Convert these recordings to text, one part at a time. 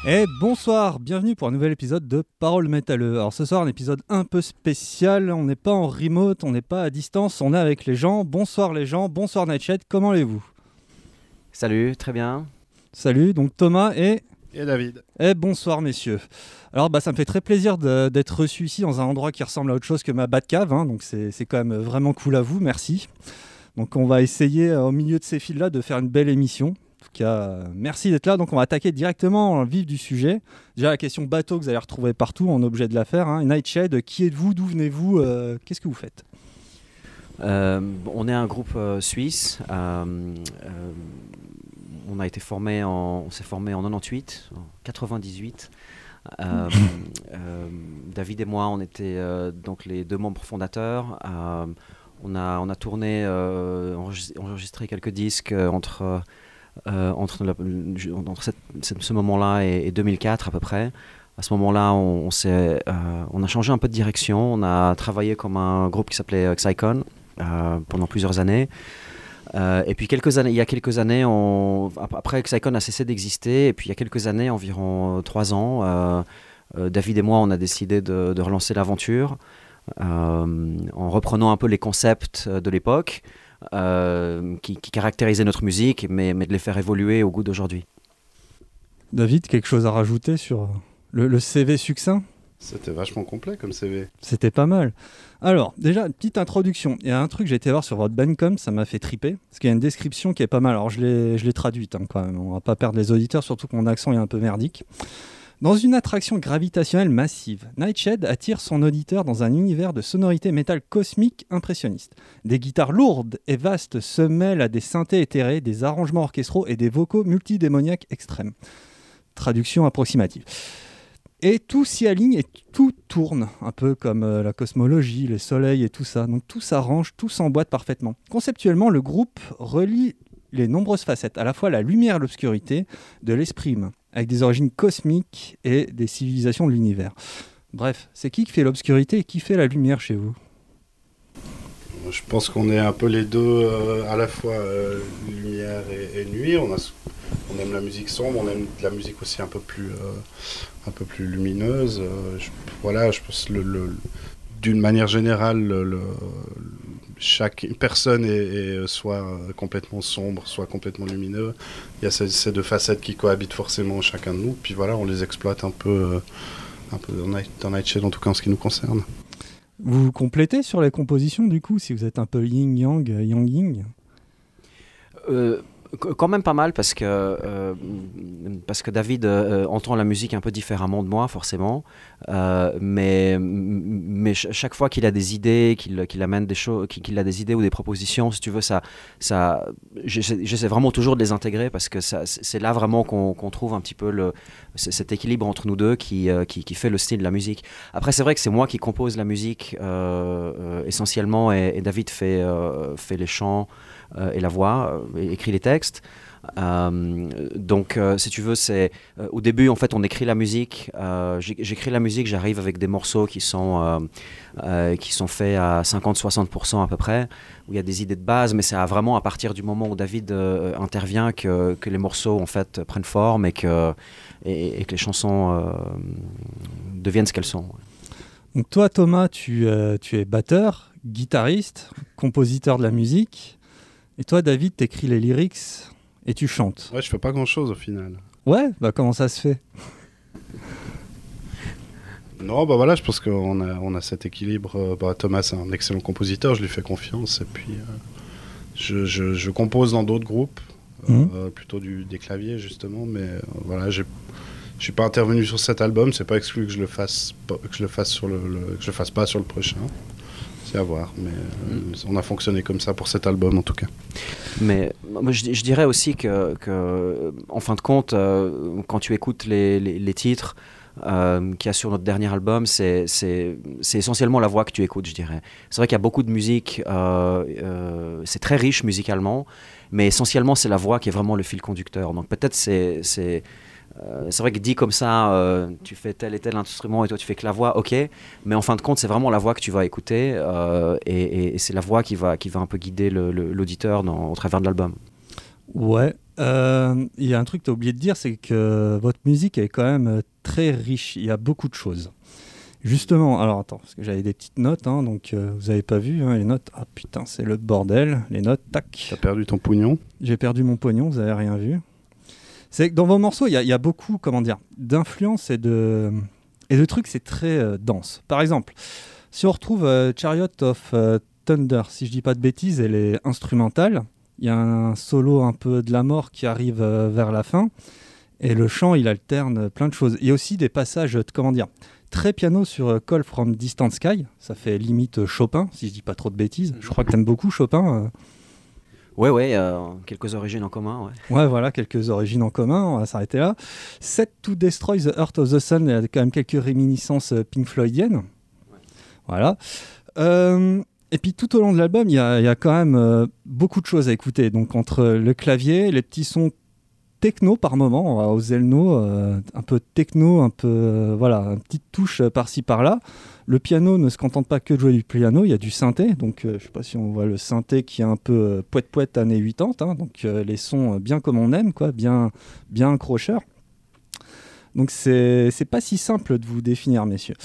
Et bonsoir, bienvenue pour un nouvel épisode de Paroles Métalleux. Alors ce soir, un épisode un peu spécial, on n'est pas en remote, on n'est pas à distance, on est avec les gens. Bonsoir les gens, bonsoir Nightshade, comment allez-vous ? Salut, très bien. Salut, donc Thomas et David. Et bonsoir messieurs. Alors ça me fait très plaisir d'être reçu ici dans un endroit qui ressemble à autre chose que ma Batcave, hein, donc c'est quand même vraiment cool à vous, merci. Donc on va essayer au milieu de ces fils-là de faire une belle émission. En tout cas, merci d'être là. Donc on va attaquer directement dans le vif du sujet. Déjà la question bateau que vous allez retrouver partout en objet de l'affaire. Hein. Nightshade, qui êtes-vous ? D'où venez-vous ? Qu'est-ce que vous faites ? On est un groupe suisse. On s'est formé en 98, en 98. David et moi, on était donc les deux membres fondateurs. On a tourné, enregistré quelques disques entre ce moment-là et 2004 à peu près. À ce moment-là, on a changé un peu de direction. On a travaillé comme un groupe qui s'appelait Xycon pendant plusieurs années. Et puis il y a quelques années, après Xycon a cessé d'exister, et puis il y a quelques années, environ 3 ans, David et moi, on a décidé de relancer l'aventure en reprenant un peu les concepts de l'époque qui caractérisaient notre musique, mais de les faire évoluer au goût d'aujourd'hui. David, quelque chose à rajouter sur le CV succinct ? C'était vachement complet comme CV. C'était pas mal. Alors, déjà, une petite introduction. Il y a un truc que j'ai été voir sur votre Bandcamp, ça m'a fait triper, parce qu'il y a une description qui est pas mal. Alors, je l'ai traduite, hein, quand même. On va pas perdre les auditeurs, surtout que mon accent est un peu merdique. Dans une attraction gravitationnelle massive, Nightshade attire son auditeur dans un univers de sonorités métal cosmiques impressionnistes. Des guitares lourdes et vastes se mêlent à des synthés éthérés, des arrangements orchestraux et des vocaux multidémoniaques extrêmes. Traduction approximative. Et tout s'y aligne et tout tourne, un peu comme la cosmologie, les soleils et tout ça. Donc tout s'arrange, tout s'emboîte parfaitement. Conceptuellement, le groupe relie les nombreuses facettes, à la fois la lumière et l'obscurité de l'esprit humain, avec des origines cosmiques et des civilisations de l'univers. Bref, c'est qui fait l'obscurité et qui fait la lumière chez vous ? Je pense qu'on est un peu les deux, à la fois lumière et nuit. On aime la musique sombre, on aime la musique aussi un peu plus lumineuse. Je pense d'une manière générale, chaque personne est soit complètement sombre, soit complètement lumineux. Il y a ces deux facettes qui cohabitent forcément chacun de nous. Puis voilà, on les exploite un peu dans Nightshade, en tout cas en ce qui nous concerne. Vous complétez sur les compositions du coup, si vous êtes un peu yin-yang, yang-yin ? Quand même pas mal parce que David entend la musique un peu différemment de moi forcément, mais chaque fois qu'il a des idées, qu'il amène des choses, qu'il a des idées ou des propositions, si tu veux, j'essaie vraiment toujours de les intégrer parce que c'est là vraiment qu'on trouve un petit peu cet équilibre entre nous deux qui fait le style de la musique. Après c'est vrai que c'est moi qui compose la musique essentiellement et David fait les chants et la voix, écrit les textes. Donc si tu veux, c'est au début en fait on écrit la musique, j'écris la musique, j'arrive avec des morceaux qui sont faits à 50-60% à peu près, où il y a des idées de base, mais c'est vraiment à partir du moment où David intervient que les morceaux en fait prennent forme et que les chansons deviennent ce qu'elles sont. Donc toi Thomas, tu es batteur, guitariste, compositeur de la musique. Et toi, David, t'écris les lyrics et tu chantes. Ouais, je fais pas grand-chose au final. Ouais, comment ça se fait ? Non, voilà, je pense qu'on a cet équilibre. Thomas, c'est un excellent compositeur, je lui fais confiance. Et puis, je compose dans d'autres groupes, plutôt des claviers, justement. Mais voilà, je suis pas intervenu sur cet album. C'est pas exclu que je le fasse pas sur le prochain. C'est à voir, mais on a fonctionné comme ça pour cet album en tout cas. Mais moi, je dirais aussi que en fin de compte, quand tu écoutes les titres qu'il y a sur notre dernier album, c'est essentiellement la voix que tu écoutes, je dirais. C'est vrai qu'il y a beaucoup de musique, c'est très riche musicalement, mais essentiellement c'est la voix qui est vraiment le fil conducteur. Donc peut-être c'est vrai que dit comme ça, tu fais tel et tel instrument et toi tu fais que la voix, ok, mais en fin de compte c'est vraiment la voix que tu vas écouter et c'est la voix qui va un peu guider l'auditeur au travers de l'album. Ouais, Il y a un truc que tu as oublié de dire, c'est que votre musique est quand même très riche. Il y a beaucoup de choses. Justement, alors attends, parce que j'avais des petites notes, hein, donc vous n'avez pas vu les notes. Ah putain, c'est le bordel. Les notes, tac. T'as perdu ton pognon? J'ai perdu mon pognon, vous n'avez rien vu. C'est que dans vos morceaux, il y a beaucoup, comment dire, d'influences et de trucs, c'est très dense. Par exemple, si on retrouve Chariot of Thunder, si je dis pas de bêtises, elle est instrumentale. Il y a un solo un peu de la mort qui arrive vers la fin. Et le chant, il alterne plein de choses. Il y a aussi des passages, comment dire, très piano sur Call from Distant Sky. Ça fait limite Chopin, si je dis pas trop de bêtises. Je crois que t'aimes beaucoup Chopin. Ouais, quelques origines en commun, ouais. Ouais, voilà, quelques origines en commun, on va s'arrêter là. Set to Destroy the Heart of the Sun, il y a quand même quelques réminiscences Pink Floydiennes. Ouais. Voilà. Et puis tout au long de l'album, il y a quand même beaucoup de choses à écouter. Donc entre le clavier, les petits sons techno par moment, on va oser le mot, un peu techno, un peu, voilà, une petite touche par-ci par-là. Le piano ne se contente pas que de jouer du piano, il y a du synthé, donc je ne sais pas si on voit le synthé qui est un peu poète-poète années 80, hein, donc les sons bien comme on aime, quoi, bien accrocheurs. Donc c'est pas si simple de vous définir, messieurs.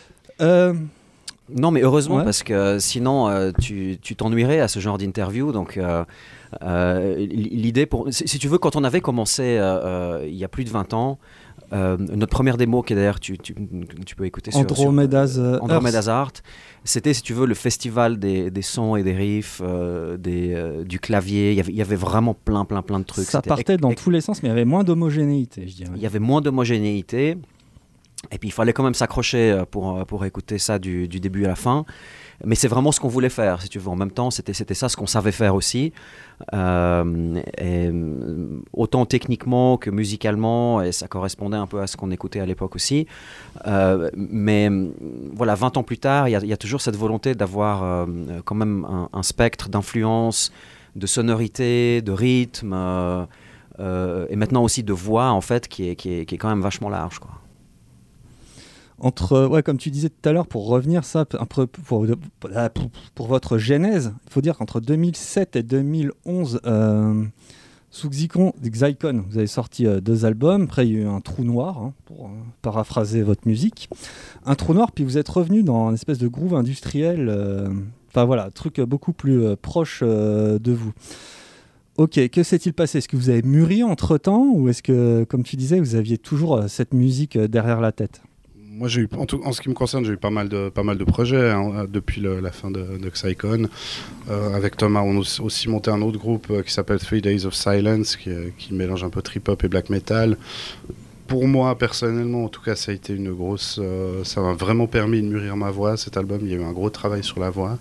Non, mais heureusement, ouais. Parce que sinon tu t'ennuierais à ce genre d'interview, donc l'idée, si tu veux, quand on avait commencé il y a plus de 20 ans, notre première démo, qui est d'ailleurs, tu peux écouter sur Andromeda's Art, c'était, si tu veux, le festival des sons et des riffs, du clavier. Il y avait vraiment plein de trucs. Ça partait dans tous les sens, mais il y avait moins d'homogénéité, je dirais. Il y avait moins d'homogénéité, et puis il fallait quand même s'accrocher pour écouter ça du début à la fin. Mais c'est vraiment ce qu'on voulait faire, si tu veux. En même temps, c'était ça ce qu'on savait faire aussi. Et autant techniquement que musicalement, et ça correspondait un peu à ce qu'on écoutait à l'époque aussi. Mais voilà, 20 ans plus tard, il y a toujours cette volonté d'avoir quand même un spectre d'influence, de sonorité, de rythme, et maintenant aussi de voix, en fait, qui est quand même vachement large, quoi. Comme tu disais tout à l'heure, pour revenir ça, un peu pour votre genèse, il faut dire qu'entre 2007 et 2011, sous Xicon, vous avez sorti 2 albums. Après, il y a eu un trou noir, hein, pour paraphraser votre musique. Un trou noir, puis vous êtes revenu dans une espèce de groove industriel, truc beaucoup plus proche de vous. Ok, que s'est-il passé? Est-ce que vous avez mûri entre-temps, ou est-ce que, comme tu disais, vous aviez toujours cette musique derrière la tête? Moi, j'ai eu, en ce qui me concerne, j'ai eu pas mal de projets hein, depuis la fin de Xicon. Avec Thomas, on a aussi monté un autre groupe qui s'appelle 3 Days of Silence, qui mélange un peu trip-hop et black metal. Pour moi, personnellement, en tout cas, ça a été une grosse... ça m'a vraiment permis de mûrir ma voix, cet album. Il y a eu un gros travail sur la voix.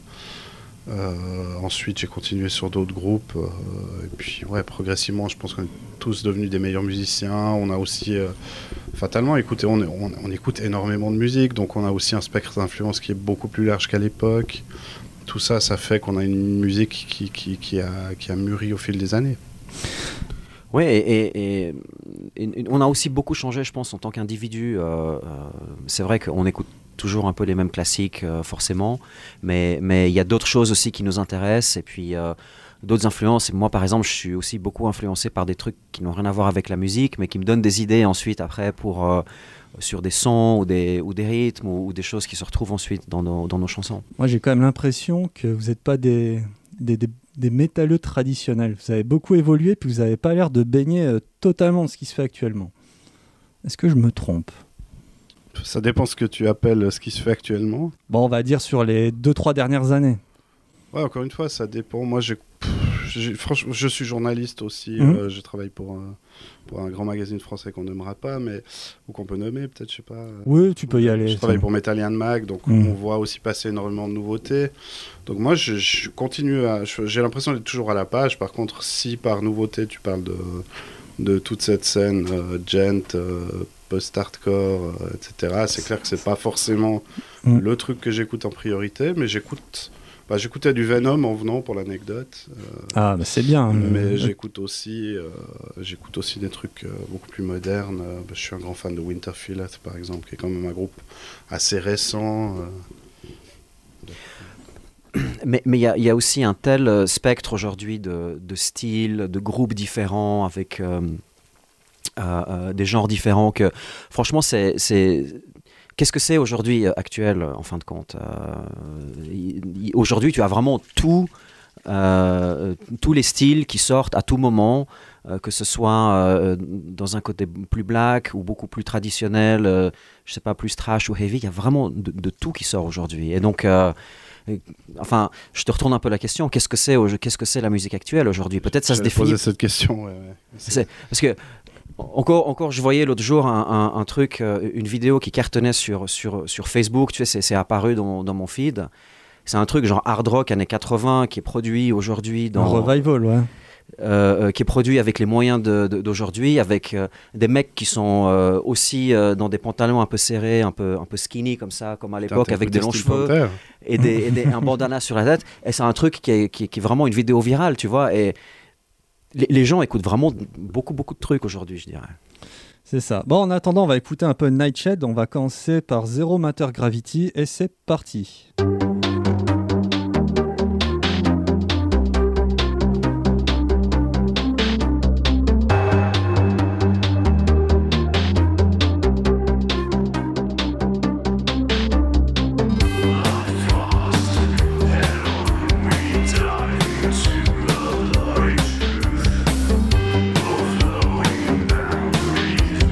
Ensuite, j'ai continué sur d'autres groupes. Et puis, progressivement, je pense qu'on est tous devenus des meilleurs musiciens. On a aussi... fatalement, écoutez, on écoute énormément de musique, donc on a aussi un spectre d'influence qui est beaucoup plus large qu'à l'époque. Tout ça, ça fait qu'on a une musique qui a mûri au fil des années. Oui, et on a aussi beaucoup changé, je pense, en tant qu'individu. C'est vrai qu'on écoute toujours un peu les mêmes classiques, forcément, mais il y a d'autres choses aussi qui nous intéressent, et puis... d'autres influences. Et moi, par exemple, je suis aussi beaucoup influencé par des trucs qui n'ont rien à voir avec la musique, mais qui me donnent des idées ensuite, après, sur des sons ou des rythmes ou des choses qui se retrouvent ensuite dans nos chansons. Moi, j'ai quand même l'impression que vous n'êtes pas des métalleux traditionnels. Vous avez beaucoup évolué, puis vous n'avez pas l'air de baigner totalement de ce qui se fait actuellement. Est-ce que je me trompe ? Ça dépend ce que tu appelles ce qui se fait actuellement. Bon, on va dire sur les 2-3 dernières années. Ouais, encore une fois, ça dépend. Moi, franchement, je suis journaliste aussi. Je travaille pour un grand magazine français qu'on nommera pas, ou qu'on peut nommer, peut-être, je sais pas. Oui, tu peux y aller. Je travaille pour Metallian Mag, donc on voit aussi passer énormément de nouveautés. Donc moi, je continue j'ai l'impression d'être toujours à la page. Par contre, si par nouveauté, tu parles de toute cette scène gent, post-hardcore, etc., c'est clair que c'est pas forcément le truc que j'écoute en priorité, mais j'écoutais du Venom en venant, pour l'anecdote. C'est bien. Mais j'écoute aussi des trucs beaucoup plus modernes. Je suis un grand fan de Winterfell, par exemple, qui est quand même un groupe assez récent. Mais il y a aussi un tel spectre aujourd'hui de styles, de groupes différents, avec des genres différents, que franchement, qu'est-ce que c'est aujourd'hui actuel, en fin de compte? Aujourd'hui, tu as vraiment tous les styles qui sortent à tout moment, que ce soit dans un côté plus black ou beaucoup plus traditionnel, je sais pas, plus trash ou heavy. Il y a vraiment de tout qui sort aujourd'hui. Et donc, enfin, je te retourne un peu la question. Qu'est-ce que c'est la musique actuelle aujourd'hui? Peut-être ça se définit. Poser cette question. Parce que encore, je voyais l'autre jour un truc, une vidéo qui cartonnait sur Facebook. Tu sais, c'est apparu dans mon feed. C'est un truc genre hard rock années 80 qui est produit aujourd'hui dans... Un revival, ouais. Qui est produit avec les moyens d'aujourd'hui, avec des mecs qui sont aussi dans des pantalons un peu serrés, un peu skinny comme ça, comme à l'époque, avec des longs cheveux et un bandana sur la tête. Et c'est un truc qui est vraiment une vidéo virale, tu vois. Et les gens écoutent vraiment beaucoup de trucs aujourd'hui, je dirais. C'est ça. Bon, en attendant, on va écouter un peu Nightshade. On va commencer par Zero Matter Gravity et c'est parti.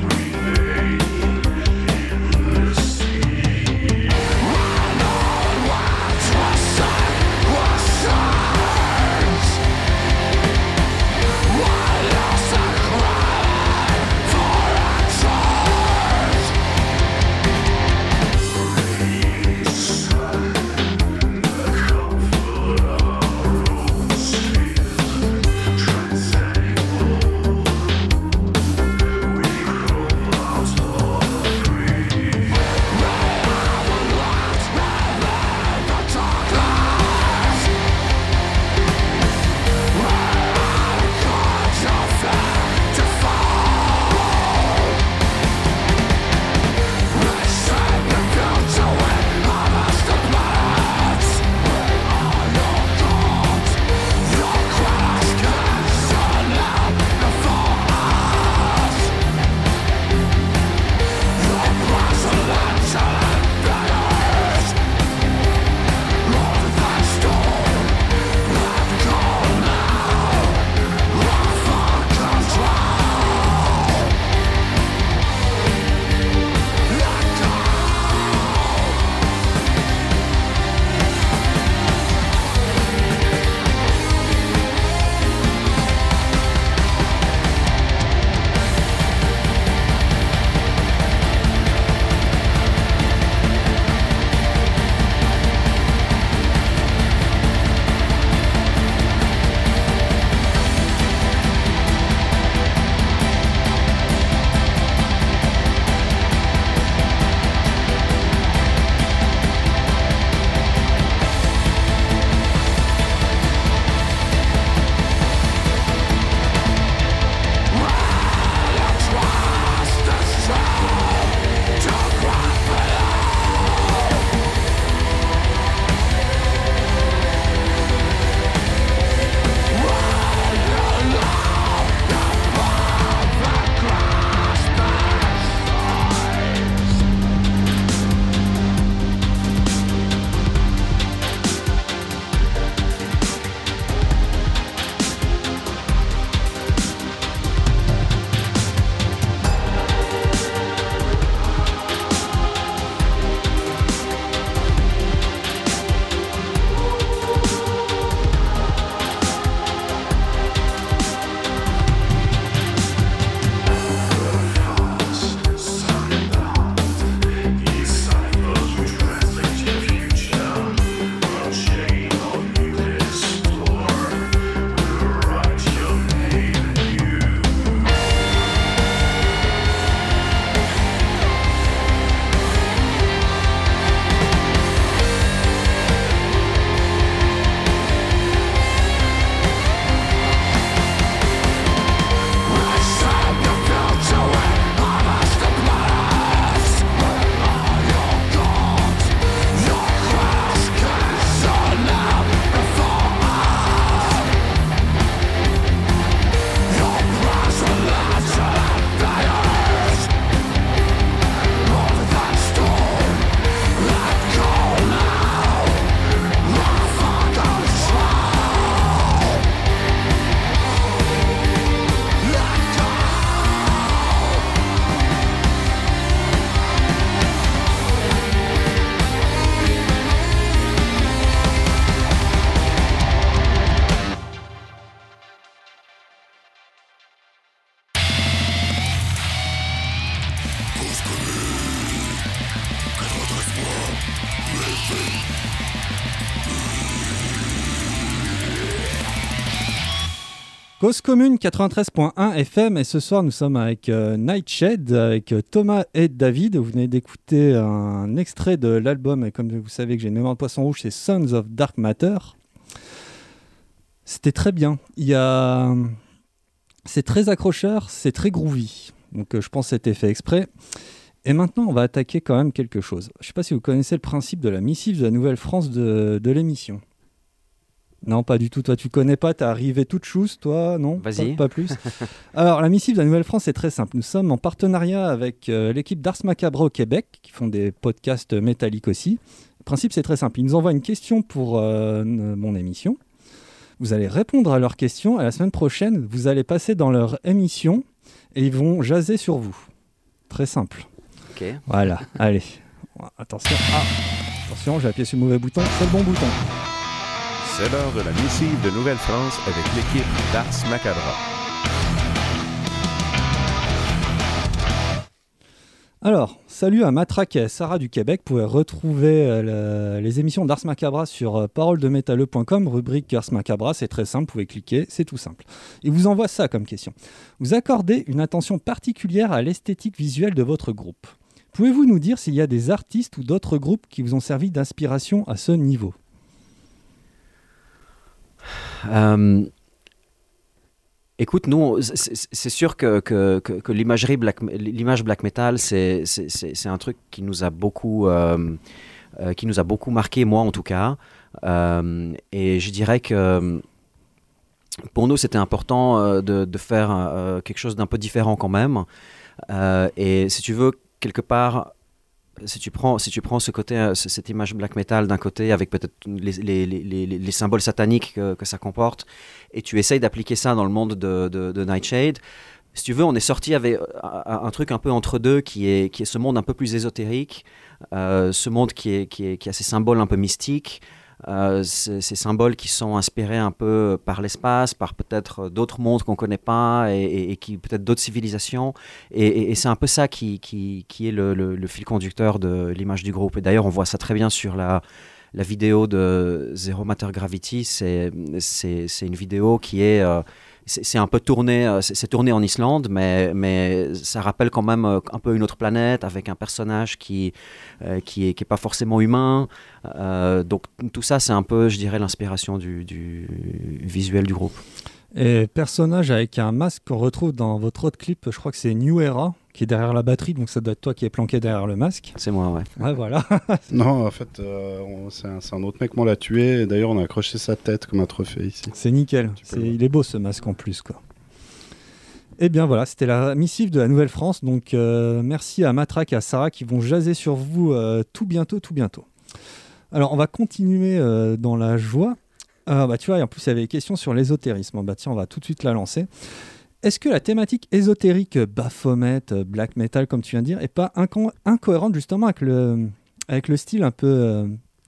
Wow. Cause commune 93.1 FM et ce soir nous sommes avec Nightshade, avec Thomas et David. Vous venez d'écouter un extrait de l'album et comme vous savez que j'ai une mémoire de poisson rouge, c'est Sons of Dark Matter. C'était très bien. C'est très accrocheur, c'est très groovy. Donc je pense que c'était fait exprès. Et maintenant on va attaquer quand même quelque chose. Je ne sais pas si vous connaissez le principe de la missive de la Nouvelle-France de l'émission. Non, pas du tout. Toi, tu connais pas, t'es arrivé toute chousse, toi, non? Vas-y. Pas plus. Alors, la missive de la Nouvelle-France, c'est très simple. Nous sommes en partenariat avec l'équipe d'Ars Macabre au Québec, qui font des podcasts métalliques aussi. Le principe, c'est très simple. Ils nous envoient une question pour mon émission. Vous allez répondre à leurs questions et la semaine prochaine, vous allez passer dans leur émission et ils vont jaser sur vous. Très simple. Ok. Voilà, allez. Attention. Attention, j'ai appuyé sur le mauvais bouton. C'est le bon bouton. C'est l'heure de la missive de Nouvelle-France avec l'équipe d'Ars Macabra. Alors, salut à Matraque et à Sarah du Québec. Vous pouvez retrouver les émissions d'Ars Macabra sur paroledemétalleux.com, rubrique Ars Macabra. C'est très simple, vous pouvez cliquer, c'est tout simple. Il vous envoie ça comme question. Vous accordez une attention particulière à l'esthétique visuelle de votre groupe. Pouvez-vous nous dire s'il y a des artistes ou d'autres groupes qui vous ont servi d'inspiration à ce niveau ? Écoute, nous, c'est sûr que l'image black metal, c'est un truc qui nous a beaucoup marqué, moi en tout cas. Et je dirais que pour nous, c'était important de faire quelque chose d'un peu différent quand même. Et si tu veux, quelque part, si tu prends ce côté, cette image black metal d'un côté avec peut-être les symboles sataniques que ça comporte et tu essayes d'appliquer ça dans le monde de Nightshade, si tu veux, on est sorti avec un truc un peu entre deux qui est ce monde un peu plus ésotérique, ce monde qui a ces symboles un peu mystiques, ces symboles qui sont inspirés un peu par l'espace, par peut-être d'autres mondes qu'on ne connaît pas et qui peut-être d'autres civilisations. Et c'est un peu ça qui est le fil conducteur de l'image du groupe. Et d'ailleurs, on voit ça très bien sur la vidéo de Zero Matter Gravity. C'est une vidéo qui est... c'est un peu tourné, c'est tourné en Islande, mais ça rappelle quand même un peu une autre planète avec un personnage qui est pas forcément humain. Donc tout ça, c'est un peu, je dirais, l'inspiration du visuel du groupe. Et personnage avec un masque qu'on retrouve dans votre autre clip, je crois que c'est New Era, qui est derrière la batterie, donc ça doit être toi qui es planqué derrière le masque. C'est moi, ouais. Ouais, voilà. Non, en fait, c'est un autre mec qui l'a tué, et d'ailleurs on a accroché sa tête comme un trophée ici. C'est nickel, il est beau ce masque en plus, quoi. Et bien voilà, c'était la missive de la Nouvelle-France, donc merci à Matraque et à Sarah qui vont jaser sur vous tout bientôt. Alors on va continuer dans la joie. Tu vois, en plus il y avait des questions sur l'ésotérisme. Tiens, on va tout de suite la lancer. Est-ce que la thématique ésotérique Baphomet, black metal comme tu viens de dire, est pas incohérente justement avec le style un peu,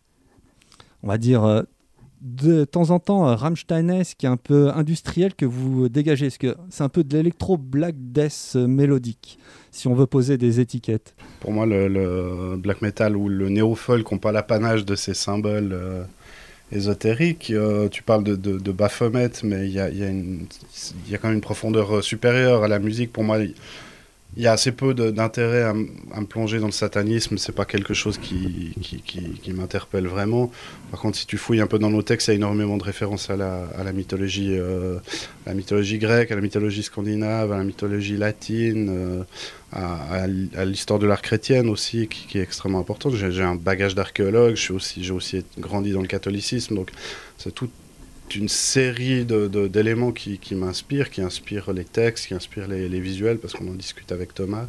on va dire, de temps en temps Rammsteinesque, un peu industriel que vous dégagez? Est-ce que c'est un peu de l'électro-black death mélodique, si on veut poser des étiquettes? Pour moi, le black metal ou le néo-folk n'ont pas l'apanage de ces symboles ésotérique. Tu parles de Baphomet, mais il y a quand même une profondeur supérieure à la musique. Pour moi, il y a assez peu d'intérêt à me plonger dans le satanisme. C'est pas quelque chose qui m'interpelle vraiment. Par contre, si tu fouilles un peu dans nos textes, il y a énormément de références à la mythologie grecque, à la mythologie scandinave, à la mythologie latine, à l'histoire de l'art chrétienne aussi, qui est extrêmement importante. J'ai un bagage d'archéologue, j'ai aussi grandi dans le catholicisme, donc c'est toute une série d'éléments qui m'inspirent, qui inspirent les textes, qui inspirent les visuels, parce qu'on en discute avec Thomas.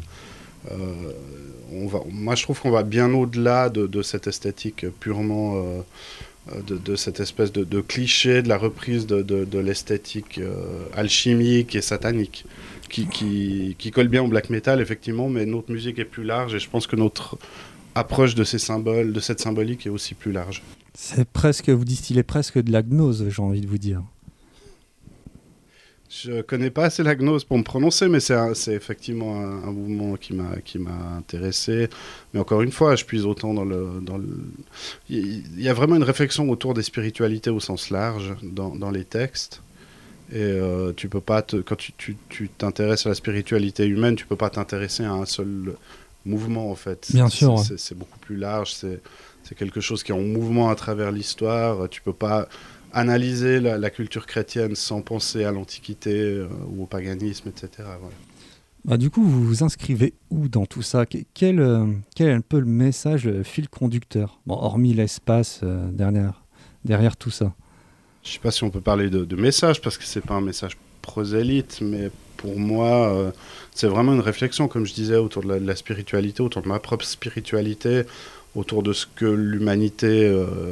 Moi, je trouve qu'on va bien au-delà de cette esthétique purement... de cette espèce de cliché, de la reprise de l'esthétique alchimique et satanique, qui colle bien au black metal, effectivement, mais notre musique est plus large, et je pense que notre approche de ces symboles, de cette symbolique est aussi plus large. C'est presque, vous distillez presque de la gnose, j'ai envie de vous dire. Je connais pas assez la gnose pour me prononcer, mais c'est effectivement un mouvement qui m'a intéressé. Mais encore une fois, je puise autant dans le... Il y a vraiment une réflexion autour des spiritualités au sens large dans les textes. Et tu peux pas quand tu t'intéresses à la spiritualité humaine, tu peux pas t'intéresser à un seul mouvement en fait. Bien sûr. C'est beaucoup plus large. C'est quelque chose qui est en mouvement à travers l'histoire. Tu peux pas analyser la culture chrétienne sans penser à l'Antiquité ou au paganisme, etc. Voilà. Bah, du coup, vous vous inscrivez où dans tout ça ? Quel est un peu le message, le fil conducteur ? Bon, hormis l'espace derrière tout ça. Je ne sais pas si on peut parler de message, parce que ce n'est pas un message prosélyte, mais pour moi, c'est vraiment une réflexion, comme je disais, autour de la spiritualité, autour de ma propre spiritualité, autour de ce que l'humanité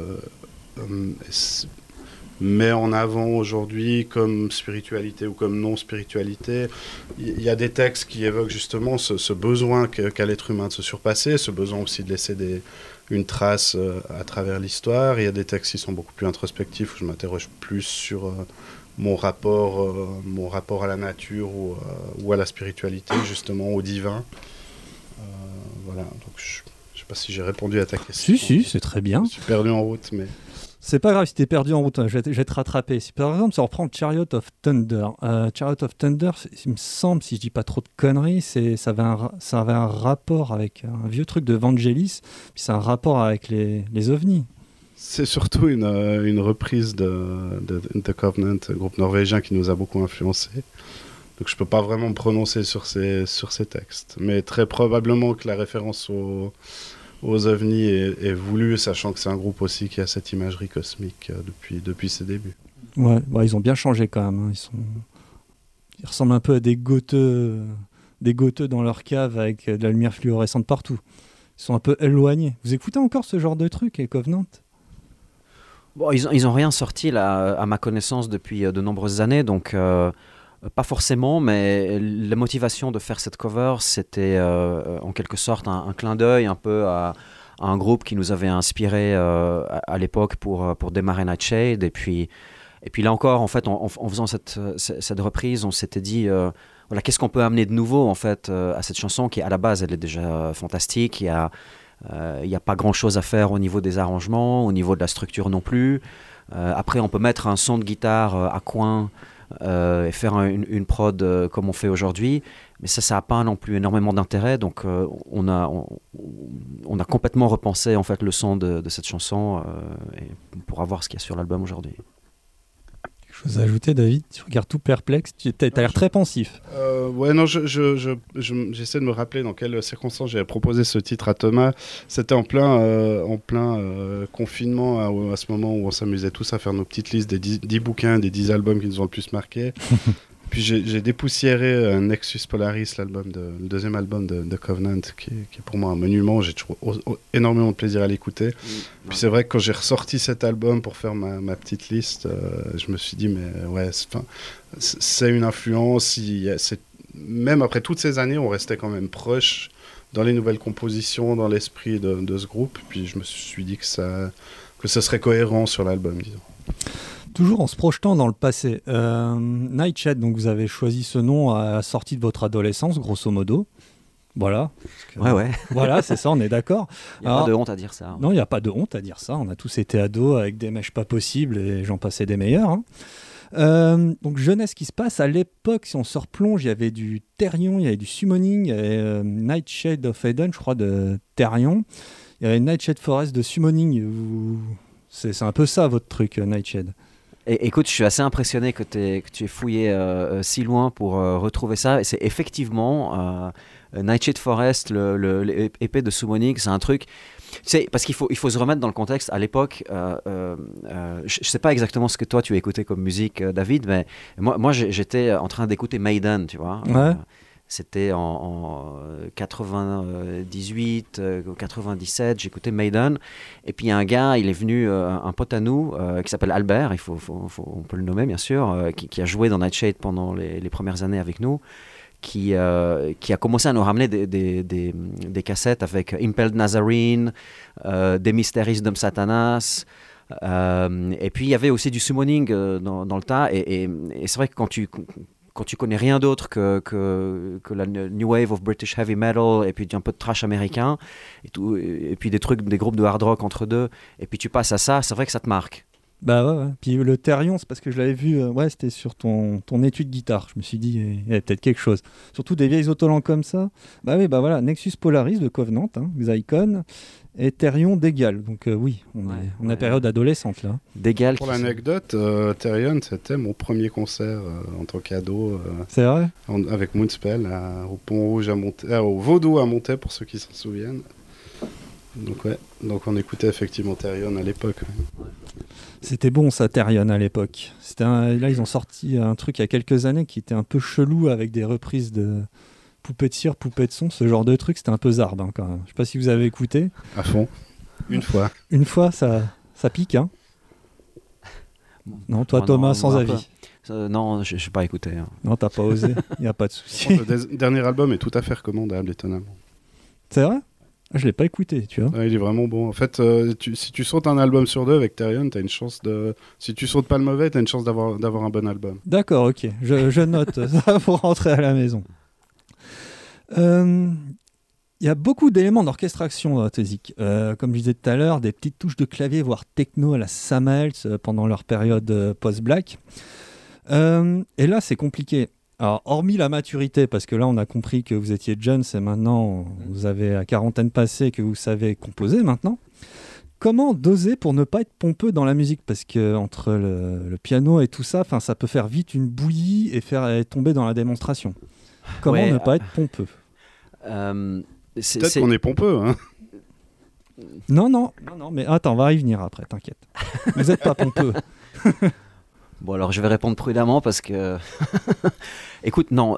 met en avant aujourd'hui comme spiritualité ou comme non-spiritualité. Il y a des textes qui évoquent justement ce besoin qu'a l'être humain de se surpasser, ce besoin aussi de laisser une trace à travers l'histoire. Il y a des textes qui sont beaucoup plus introspectifs, où je m'interroge plus sur mon rapport à la nature ou à la spiritualité, justement, au divin. Voilà, donc je ne sais pas si j'ai répondu à ta question. Si, c'est très bien. Je suis perdu en route, mais... C'est pas grave si t'es perdu en route, hein, je vais te rattraper. Si par exemple, si on reprend Chariot of Thunder, il me semble, si je dis pas trop de conneries, ça avait un rapport avec un vieux truc de Vangelis, puis c'est un rapport avec les ovnis. C'est surtout une reprise de The Covenant, groupe norvégien qui nous a beaucoup influencé. Donc je peux pas vraiment me prononcer sur ces textes. Mais très probablement que la référence aux ovnis est voulu, sachant que c'est un groupe aussi qui a cette imagerie cosmique depuis ses débuts. Ouais, ils ont bien changé quand même. Hein. Ils ressemblent un peu à des gotheux dans leur cave avec de la lumière fluorescente partout. Ils sont un peu éloignés. Vous écoutez encore ce genre de truc, les Covenant ? Bon, ils ont rien sorti là, à ma connaissance depuis de nombreuses années, donc pas forcément, mais la motivation de faire cette cover, c'était en quelque sorte un clin d'œil un peu à un groupe qui nous avait inspiré à l'époque pour démarrer Nightshade. Et puis là encore, en fait, en faisant cette reprise, on s'était dit, voilà, qu'est-ce qu'on peut amener de nouveau en fait à cette chanson qui, à la base, elle est déjà fantastique. Il y a pas grand-chose à faire au niveau des arrangements, au niveau de la structure non plus. Après, on peut mettre un son de guitare à coin et faire une prod comme on fait aujourd'hui, mais ça n'a pas non plus énormément d'intérêt, donc on a complètement repensé en fait le son de cette chanson et on pourra voir ce qu'il y a sur l'album aujourd'hui. Quelque chose à ajouter, David ? Tu regardes tout perplexe, tu as l'air très pensif. Ouais, non, j'essaie de me rappeler dans quelles circonstances j'avais proposé ce titre à Thomas. C'était en plein confinement, à ce moment où on s'amusait tous à faire nos petites listes des 10 bouquins, des 10 albums qui nous ont le plus marqué. Puis j'ai dépoussiéré Nexus Polaris, le deuxième album de Covenant, qui est pour moi un monument. J'ai toujours énormément de plaisir à l'écouter. Puis c'est vrai que quand j'ai ressorti cet album pour faire ma petite liste, je me suis dit, mais ouais, c'est une influence. Même après toutes ces années, on restait quand même proche dans les nouvelles compositions, dans l'esprit de ce groupe. Puis je me suis dit que ce serait cohérent sur l'album, disons. Toujours en se projetant dans le passé. Nightshade, donc vous avez choisi ce nom à la sortie de votre adolescence, grosso modo. Voilà. Ouais. Voilà, c'est ça, on est d'accord. Il n'y a pas de honte à dire ça. Hein. Non, il n'y a pas de honte à dire ça. On a tous été ados avec des mèches pas possibles et j'en passais des meilleurs. Hein. Donc jeunesse qui se passe. À l'époque, si on se replonge, il y avait du Therion, il y avait du Summoning, il y avait Nightshade of Eden, je crois, de Therion. Il y avait Nightshade Forest de Summoning. C'est un peu ça votre truc, Nightshade. Et écoute, je suis assez impressionné que tu aies fouillé si loin pour retrouver ça. Et c'est effectivement Nightshade Forest, l'épée de Summoning, c'est un truc. Tu sais, parce qu'il faut se remettre dans le contexte. À l'époque, je ne sais pas exactement ce que toi tu écoutais comme musique, David, mais moi j'étais en train d'écouter Maiden, tu vois. Ouais. C'était en 98, 97, j'écoutais Maiden. Et puis il y a un gars, il est venu, un pote à nous, qui s'appelle Albert, on peut le nommer bien sûr, qui a joué dans Nightshade pendant les premières années avec nous, qui a commencé à nous ramener des cassettes avec Impelled Nazarene, des Mysteries de Satanas, Et puis il y avait aussi du summoning dans le tas. Et c'est vrai que quand tu connais rien d'autre que la new wave of British heavy metal et puis un peu de thrash américain et puis des groupes de hard rock entre deux, et puis tu passes à ça, c'est vrai que ça te marque. Bah ouais. Puis le Therion, c'est parce que je l'avais vu, c'était sur ton étude guitare. Je me suis dit, il y avait peut-être quelque chose. Surtout des vieilles autolangues comme ça. Bah oui, bah voilà, Nexus Polaris de Covenant, Xycon, et Therion d'Egal. Donc oui, on est période adolescente là. D'Egal. Pour l'anecdote, Therion, c'était mon premier concert en tant qu'ado. C'est vrai avec Moonspell au Pont Rouge au Vaudou à Montaix, pour ceux qui s'en souviennent. Donc on écoutait effectivement Therion à l'époque. Ouais. C'était bon ça, Therion à l'époque. Là ils ont sorti un truc il y a quelques années qui était un peu chelou avec des reprises de poupées de cire, poupées de son, ce genre de truc, c'était un peu zarbe quand même. Je sais pas si vous avez écouté. À fond. Une fois. Une fois, ça pique, hein. Non, toi Thomas, sans avis. Non, je n'ai pas écouté. Hein. Non, t'as pas osé, il n'y a pas de souci. Le dernier album est tout à fait recommandable, étonnamment. C'est vrai ? Je l'ai pas écouté, tu vois. Ouais, il est vraiment bon. En fait, si tu sautes un album sur 2 avec Therion, t'as une chance de... Si tu sautes pas le mauvais, t'as une chance d'avoir un bon album. D'accord, ok. Je note ça pour rentrer à la maison. Il y a beaucoup d'éléments d'orchestration dans Toxic. Comme je disais tout à l'heure, des petites touches de clavier, voire techno à la Sam Helms pendant leur période post-black. Et là, c'est compliqué. Alors, hormis la maturité, parce que là, on a compris que vous étiez jeunes et maintenant, vous avez la quarantaine passée, que vous savez composer maintenant. Comment doser pour ne pas être pompeux dans la musique ? Parce qu'entre le piano et tout ça, ça peut faire vite une bouillie et faire tomber dans la démonstration. Comment ne pas être pompeux ? Peut-être qu'on est pompeux, hein. Non, mais attends, on va y venir après, t'inquiète. Vous n'êtes pas pompeux. Bon, alors je vais répondre prudemment parce que... Écoute, non.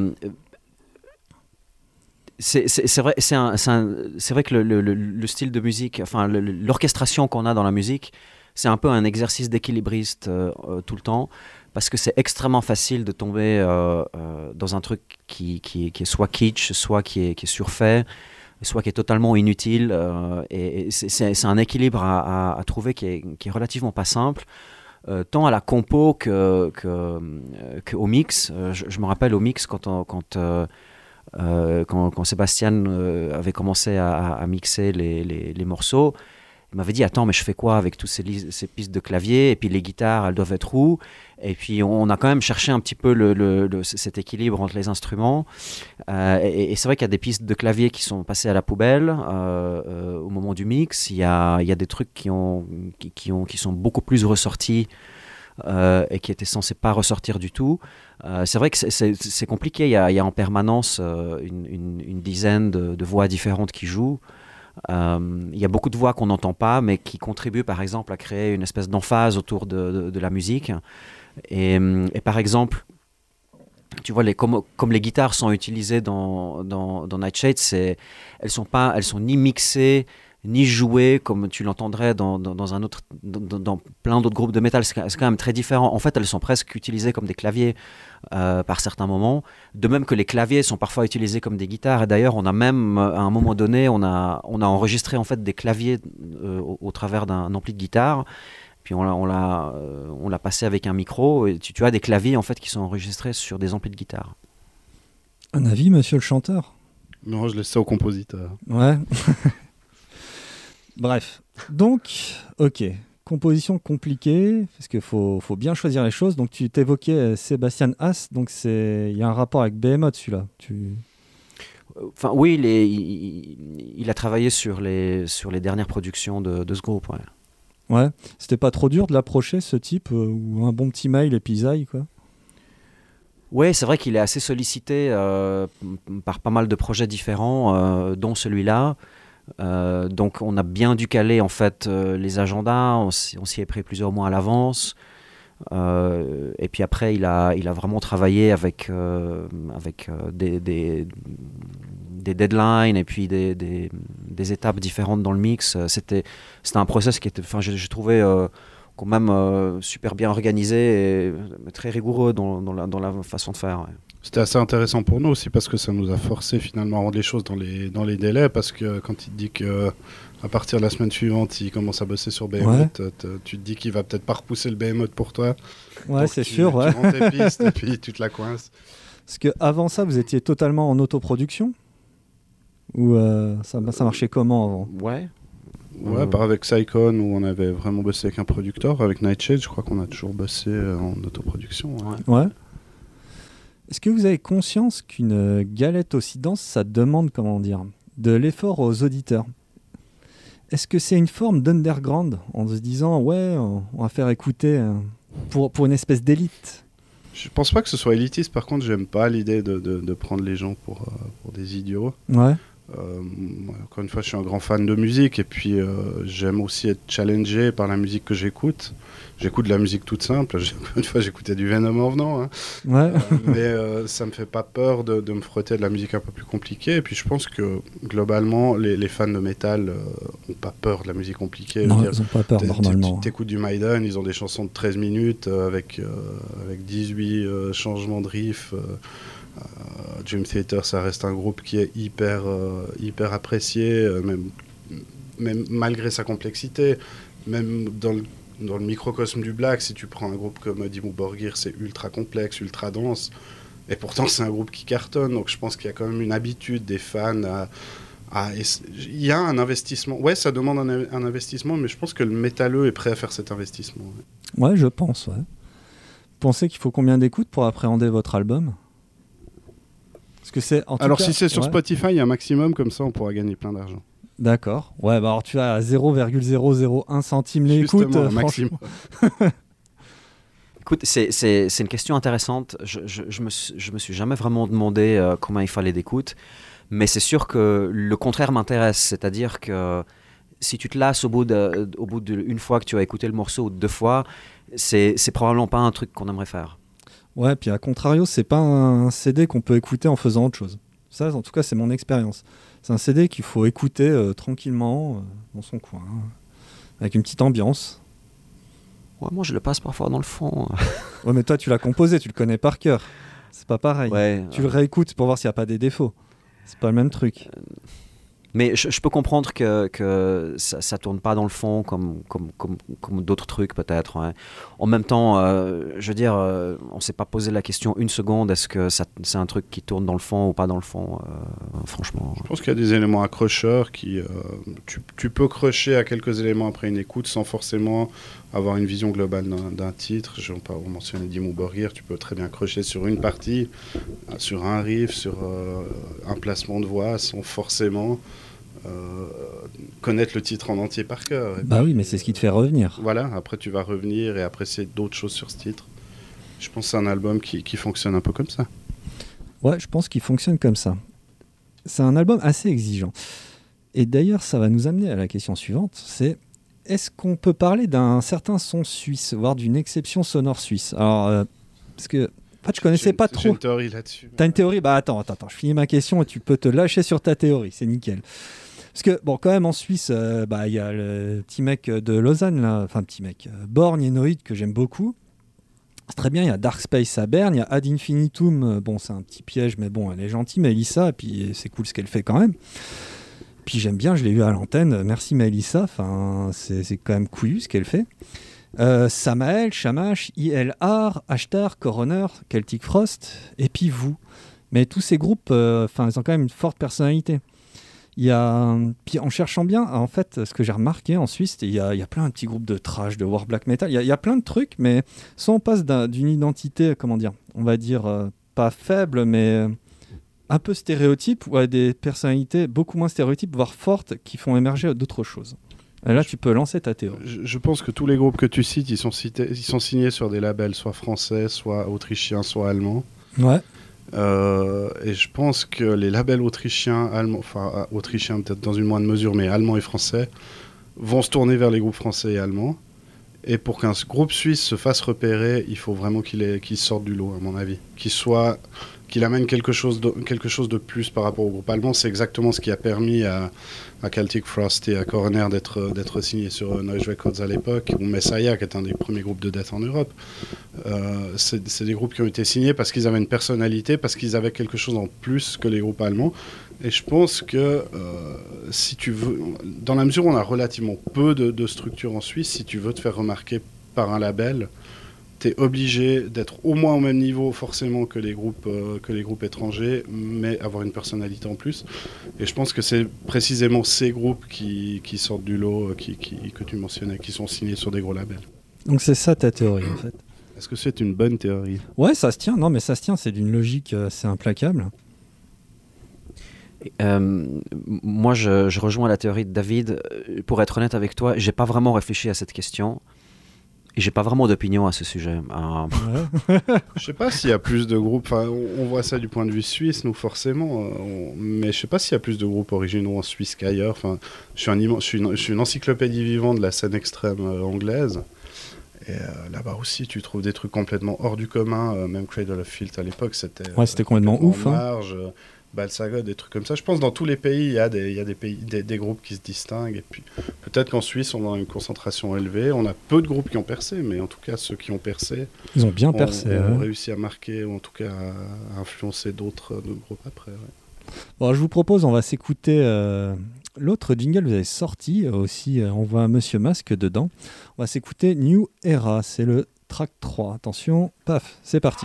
C'est vrai que le style de musique, enfin l'orchestration qu'on a dans la musique, c'est un peu un exercice d'équilibriste tout le temps, parce que c'est extrêmement facile de tomber dans un truc qui est soit kitsch, soit qui est surfait, soit qui est totalement inutile. Et c'est un équilibre à trouver qui est relativement pas simple. Tant à la compo qu'au mix. Je me rappelle au mix quand Sébastien avait commencé à mixer les morceaux, il m'avait dit attends, mais je fais quoi avec toutes ces pistes de clavier, et puis les guitares elles doivent être où, et puis on a quand même cherché un petit peu cet équilibre entre les instruments, et c'est vrai qu'il y a des pistes de clavier qui sont passées à la poubelle au moment du mix. Il y a des trucs qui sont beaucoup plus ressortis et qui étaient censés pas ressortir du tout. C'est vrai que c'est compliqué, il y a en permanence une dizaine de voix différentes qui jouent. Il y a beaucoup de voix qu'on n'entend pas, mais qui contribuent par exemple à créer une espèce d'emphase autour de la musique. Et par exemple, tu vois, comme les guitares sont utilisées dans Nightshade, elles sont ni mixées ni jouées comme tu l'entendrais dans plein d'autres groupes de métal. C'est quand même très différent. En fait, elles sont presque utilisées comme des claviers par certains moments. De même que les claviers sont parfois utilisés comme des guitares. Et d'ailleurs, on a même, à un moment donné, on a enregistré en fait des claviers au travers d'un ampli de guitare. Puis on l'a passé avec un micro. Et tu as des claviers en fait qui sont enregistrés sur des amplis de guitare. Un avis, monsieur le chanteur ? Non, je laisse ça au compositeur. Ouais. Bref, donc, ok, composition compliquée, parce qu'il faut bien choisir les choses. Donc tu t'évoquais Sébastien Haas, donc il y a un rapport avec Behemoth celui-là. Enfin, oui, il a travaillé sur les dernières productions de ce groupe. Ouais, c'était pas trop dur de l'approcher, ce type, ou un bon petit mail et puis zaï, quoi. Oui, c'est vrai qu'il est assez sollicité par pas mal de projets différents, dont celui-là. Donc on a bien dû caler en fait les agendas, on s'y est pris plusieurs mois à l'avance, et puis après il a vraiment travaillé avec des deadlines et puis des étapes différentes dans le mix. C'était un process qui était, je trouvais quand même super bien organisé et très rigoureux dans la façon de faire. Ouais. C'était assez intéressant pour nous aussi parce que ça nous a forcé finalement à rendre les choses dans les délais, parce que quand il te dit que à partir de la semaine suivante, il commence à bosser sur Behemoth. Tu te dis qu'il va peut-être pas repousser le Behemoth pour toi. Ouais, c'est sûr. Tu rends tes pistes et puis tu te la coinces. Parce qu'avant ça, vous étiez totalement en autoproduction ? Ou ça marchait comment avant ? Ouais, part avec Psychon où on avait vraiment bossé avec un producteur. Avec Nightshade, je crois qu'on a toujours bossé en autoproduction. Ouais. Est-ce que vous avez conscience qu'une galette aussi dense, ça demande, de l'effort aux auditeurs ? Est-ce que c'est une forme d'underground en se disant, on va faire écouter pour une espèce d'élite ? Je pense pas que ce soit élitiste. Par contre, j'aime pas l'idée de prendre les gens pour des idiots. Ouais. Encore une fois, je suis un grand fan de musique et puis j'aime aussi être challengé par la musique que j'écoute. J'écoute de la musique toute simple. Une fois, j'écoutais du Venom en venant. Ouais. Mais ça me fait pas peur de me frotter de la musique un peu plus compliquée. Et puis je pense que globalement, les fans de métal ont pas peur de la musique compliquée. Non, ils ont pas peur normalement. Tu écoutes du Maiden, ils ont des chansons de 13 minutes avec 18 changements de riff. Dream Theater, ça reste un groupe qui est hyper apprécié, même malgré sa complexité. Même dans le microcosme du black, si tu prends un groupe comme Dimmu Borgir, c'est ultra complexe, ultra dense. Et pourtant, c'est un groupe qui cartonne. Donc je pense qu'il y a quand même une habitude des fans il y a un investissement. Ouais, ça demande un investissement, mais je pense que le métalleux est prêt à faire cet investissement. Ouais, je pense, ouais. Vous pensez qu'il faut combien d'écoutes pour appréhender votre album ? Parce que c'est, si c'est sur Spotify, il y a un maximum, comme ça on pourra gagner plein d'argent. D'accord. Ouais, alors tu as à 0,001 centime l'écoute. Maximum. Écoute, c'est une question intéressante. Je me suis jamais vraiment demandé comment il fallait d'écoute, mais c'est sûr que le contraire m'intéresse. C'est-à-dire que si tu te lasses au bout d'une fois que tu as écouté le morceau ou 2 fois, c'est probablement pas un truc qu'on aimerait faire. Ouais, puis à contrario, c'est pas un CD qu'on peut écouter en faisant autre chose. Ça, en tout cas, c'est mon expérience. C'est un CD qu'il faut écouter tranquillement dans son coin, avec une petite ambiance. Ouais, moi, je le passe parfois dans le fond. Ouais, mais toi, tu l'as composé, tu le connais par cœur. C'est pas pareil. Ouais, tu le réécoutes pour voir s'il n'y a pas des défauts. C'est pas le même truc. Mais je peux comprendre que ça tourne pas dans le fond comme d'autres trucs peut-être. Ouais. En même temps, je veux dire, on s'est pas posé la question une seconde, est-ce que c'est un truc qui tourne dans le fond ou pas dans le fond, franchement. Je pense qu'il y a des éléments accrocheurs qui... tu peux crocher à quelques éléments après une écoute sans forcément avoir une vision globale d'un titre. Je vais pas vous mentionner Dimmu Borgir, tu peux très bien crocher sur une partie, sur un riff, sur un placement de voix sans forcément... connaître le titre en entier par cœur. Oui, mais c'est ce qui te fait revenir. Voilà, après tu vas revenir et apprécier d'autres choses sur ce titre. Je pense que c'est un album qui fonctionne un peu comme ça. Ouais, je pense qu'il fonctionne comme ça. C'est un album assez exigeant. Et d'ailleurs, ça va nous amener à la question suivante, c'est est-ce qu'on peut parler d'un certain son suisse, voire d'une exception sonore suisse ? Alors, parce que en fait, je connaissais pas trop. J'ai une théorie là-dessus. T'as une théorie ? Attends, je finis ma question et tu peux te lâcher sur ta théorie, c'est nickel. Parce que, quand même, en Suisse, y a le petit mec de Lausanne, là, enfin, petit mec, Born Enoid, que j'aime beaucoup. C'est très bien, il y a Dark Space à Berne, il y a Ad Infinitum, c'est un petit piège, mais bon, elle est gentille, Mélissa, et puis c'est cool ce qu'elle fait quand même. Puis j'aime bien, je l'ai vu à l'antenne, merci Mélissa, c'est quand même couillu ce qu'elle fait. Samael, Shamash, ILR, Ashtar, Coroner, Celtic Frost, et puis vous. Mais tous ces groupes, ils ont quand même une forte personnalité. Puis en cherchant bien, en fait, ce que j'ai remarqué en Suisse, il y a plein de petits groupes de thrash, de war black metal. Il y a plein de trucs, mais soit on passe d'une identité, on va dire pas faible, mais un peu stéréotype, ou à des personnalités beaucoup moins stéréotypes, voire fortes, qui font émerger d'autres choses. Et là, tu peux lancer ta théorie. Je pense que tous les groupes que tu cites, ils sont signés sur des labels, soit français, soit autrichiens, soit allemands. Ouais. Et je pense que les labels autrichiens, allemands, enfin autrichiens peut-être dans une moindre mesure, mais allemands et français, vont se tourner vers les groupes français et allemands. Et pour qu'un groupe suisse se fasse repérer, il faut vraiment qu'il sorte du lot, à mon avis. Qu'il qu'il amène quelque chose de plus par rapport au groupe allemand. C'est exactement ce qui a permis à Celtic Frost et à Coroner d'être signés sur Noise Records à l'époque, ou Messiah, qui est un des premiers groupes de death en Europe. C'est des groupes qui ont été signés parce qu'ils avaient une personnalité, parce qu'ils avaient quelque chose en plus que les groupes allemands. Et je pense que si tu veux, dans la mesure où on a relativement peu de structures en Suisse, si tu veux te faire remarquer par un label, tu es obligé d'être au moins au même niveau forcément que les groupes étrangers, mais avoir une personnalité en plus. Et je pense que c'est précisément ces groupes qui sortent du lot, que tu mentionnais, qui sont signés sur des gros labels. Donc c'est ça ta théorie en fait. Est-ce que c'est une bonne théorie ? Ouais, ça se tient. Non, mais ça se tient. C'est d'une logique, c'est implacable. Moi, je rejoins la théorie de David. Pour être honnête avec toi, j'ai pas vraiment réfléchi à cette question. Et j'ai pas vraiment d'opinion à ce sujet. Ouais. Je sais pas s'il y a plus de groupes. Enfin, on voit ça du point de vue suisse, nous forcément. Mais je sais pas s'il y a plus de groupes originaux en Suisse qu'ailleurs. Enfin, je suis une encyclopédie vivante de la scène extrême anglaise. Et là-bas aussi, tu trouves des trucs complètement hors du commun. Même Cradle of Filth à l'époque, c'était complètement ouf. Marge, Balsaga, des trucs comme ça. Je pense que dans tous les pays, il y a des groupes qui se distinguent. Et puis peut-être qu'en Suisse, on a une concentration élevée. On a peu de groupes qui ont percé, mais en tout cas, ceux qui ont percé, ils ont bien percé. Ont réussi à marquer, ou en tout cas à influencer d'autres groupes après. Ouais. Bon, je vous propose, on va s'écouter l'autre jingle que vous avez sorti. Aussi, on voit Monsieur Masque dedans. On va s'écouter New Era. C'est le track 3. Attention, paf, c'est parti.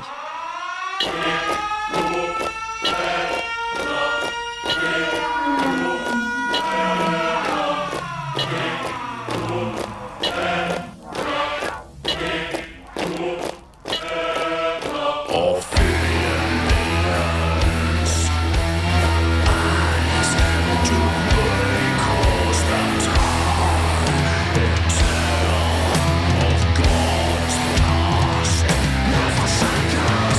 Of God's past, never second.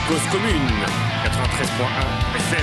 Cause commune, 93.1 FM.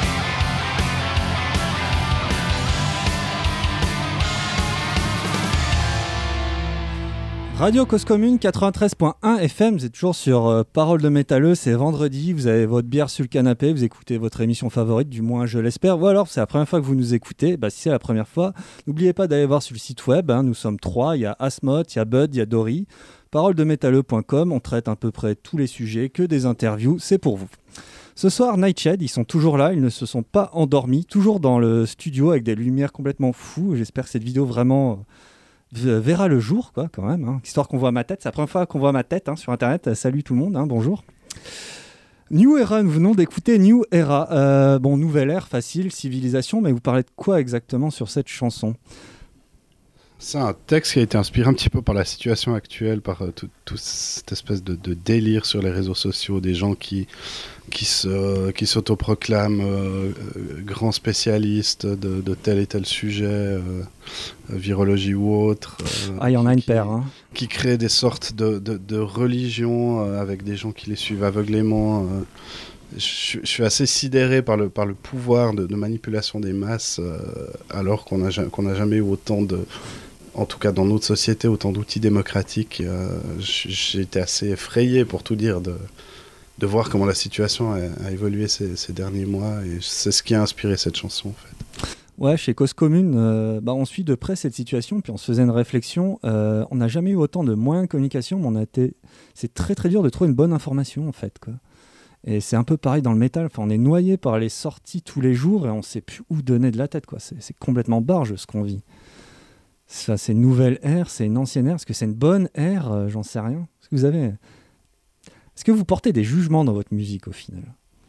Radio Cause Commune 93.1 FM, vous êtes toujours sur Parole de métalleux, c'est vendredi, vous avez votre bière sur le canapé, vous écoutez votre émission favorite, du moins je l'espère, ou alors c'est la première fois que vous nous écoutez, si c'est la première fois, n'oubliez pas d'aller voir sur le site web, nous sommes 3, il y a Asmot, il y a Bud, il y a Dory, paroledemétalleux.com, on traite à peu près tous les sujets, que des interviews, c'est pour vous. Ce soir, Nightshade, ils sont toujours là, ils ne se sont pas endormis, toujours dans le studio avec des lumières complètement fous, j'espère que cette vidéo vraiment... verra le jour, quoi, quand même, histoire qu'on voit ma tête. C'est la première fois qu'on voit ma tête sur Internet. Salut tout le monde, bonjour. New Era, nous venons d'écouter New Era. Nouvelle ère, facile, civilisation, mais vous parlez de quoi exactement sur cette chanson ? C'est un texte qui a été inspiré un petit peu par la situation actuelle, par toute cette espèce de délire sur les réseaux sociaux, des gens qui s'autoproclament grands spécialistes de tel et tel sujet, virologie ou autre. Il y en a une paire. Qui créent des sortes de religions avec des gens qui les suivent aveuglément. Je suis assez sidéré par le pouvoir de manipulation des masses, alors qu'on n'a jamais eu autant de... En tout cas, dans notre société, autant d'outils démocratiques. J'ai été assez effrayé, pour tout dire, de voir comment la situation a évolué ces derniers mois. Et c'est ce qui a inspiré cette chanson, en fait. Ouais, chez Cause Commune, on suit de près cette situation, puis on se faisait une réflexion. On n'a jamais eu autant de moyens de communication, mais c'est très très dur de trouver une bonne information, en fait, quoi. Et c'est un peu pareil dans le métal. On est noyé par les sorties tous les jours et on ne sait plus où donner de la tête, quoi. C'est complètement barge ce qu'on vit. Ça, c'est une nouvelle ère, c'est une ancienne ère. Est-ce que c'est une bonne ère ? J'en sais rien. Est-ce que vous portez des jugements dans votre musique au final ?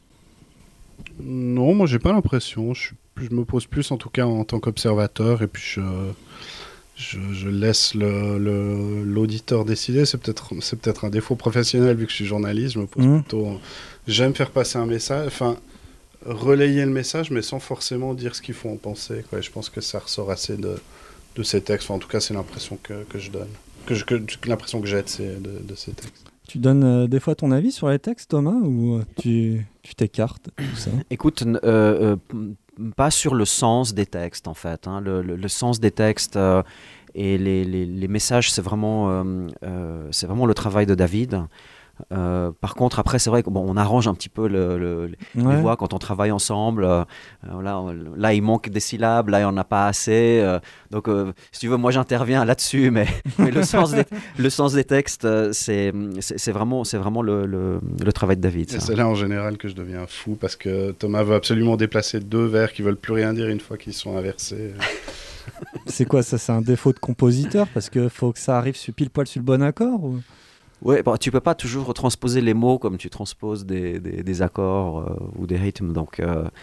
Non, moi j'ai pas l'impression. Je me pose plus en tout cas en tant qu'observateur et puis je laisse l'auditeur décider. C'est peut-être un défaut professionnel vu que je suis journaliste. Je me pose plutôt. J'aime faire passer un message, relayer le message, mais sans forcément dire ce qu'il faut en penser, quoi. Je pense que ça ressort assez de ces textes. En tout cas, c'est l'impression que je donne, l'impression que j'ai de ces textes. Tu donnes des fois ton avis sur les textes, Thomas, ou tu t'écartes tout ça ? Écoute, pas sur le sens des textes, en fait. Le sens des textes et les messages, c'est vraiment le travail de David. Par contre, après, c'est vrai qu'on arrange un petit peu les voix quand on travaille ensemble. Là, il manque des syllabes, là, il n'y en a pas assez. Donc, si tu veux, moi, j'interviens là-dessus, mais le sens des textes, c'est vraiment le travail de David. Et c'est là, en général, que je deviens fou, parce que Thomas veut absolument déplacer deux vers qui ne veulent plus rien dire une fois qu'ils sont inversés. C'est quoi ça ? C'est un défaut de compositeur, parce qu'il faut que ça arrive pile poil sur le bon accord ou... Oui, tu peux pas toujours transposer les mots comme tu transposes des accords ou des rythmes, donc,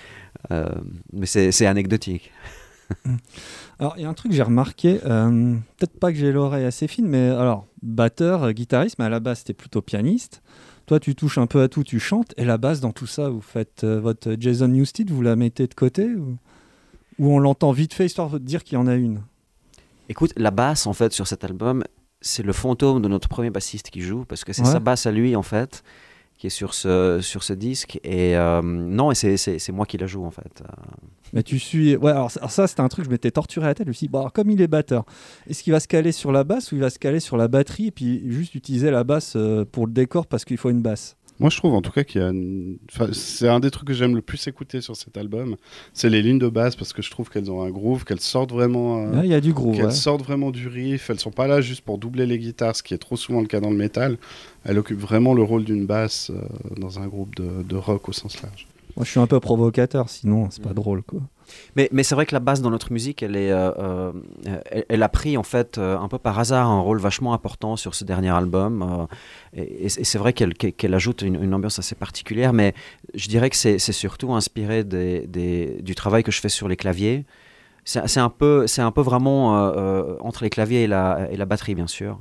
mais c'est anecdotique. Alors, il y a un truc que j'ai remarqué, peut-être pas que j'ai l'oreille assez fine, mais alors, batteur, guitariste, mais à la base, t'es plutôt pianiste. Toi, tu touches un peu à tout, tu chantes, et la basse, dans tout ça, vous faites votre Jason Newsted, vous la mettez de côté ou on l'entend vite fait, histoire de dire qu'il y en a une ? Écoute, la basse, en fait, sur cet album... C'est le fantôme de notre premier bassiste qui joue, parce que c'est sa basse à lui, en fait, qui est sur ce disque. Et non, et c'est moi qui la joue, en fait. Mais tu suis... Ouais, alors ça, c'était un truc, je m'étais torturé la tête. Je me suis dit, comme il est batteur, est-ce qu'il va se caler sur la basse ou il va se caler sur la batterie et puis juste utiliser la basse pour le décor parce qu'il faut une basse ? Moi, je trouve en tout cas qu'il y a c'est un des trucs que j'aime le plus écouter sur cet album, c'est les lignes de basse, parce que je trouve qu'elles ont un groove, qu'elles sortent vraiment... il y a du groove, qu'elles sortent vraiment du riff, elles sont pas là juste pour doubler les guitares, ce qui est trop souvent le cas dans le métal. Elles occupent vraiment le rôle d'une basse dans un groupe de rock au sens large. Moi, je suis un peu provocateur, sinon c'est pas drôle, quoi. Mais c'est vrai que la basse dans notre musique, elle a pris en fait un peu par hasard un rôle vachement important sur ce dernier album. Et c'est vrai qu'elle ajoute une ambiance assez particulière, mais je dirais que c'est surtout inspiré du travail que je fais sur les claviers. C'est un peu vraiment entre les claviers et la batterie, bien sûr.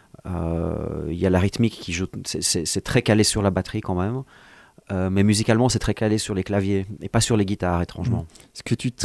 Il y a la rythmique qui joue, c'est très calé sur la batterie quand même. Mais musicalement, c'est très calé sur les claviers et pas sur les guitares, étrangement. Est-ce que tu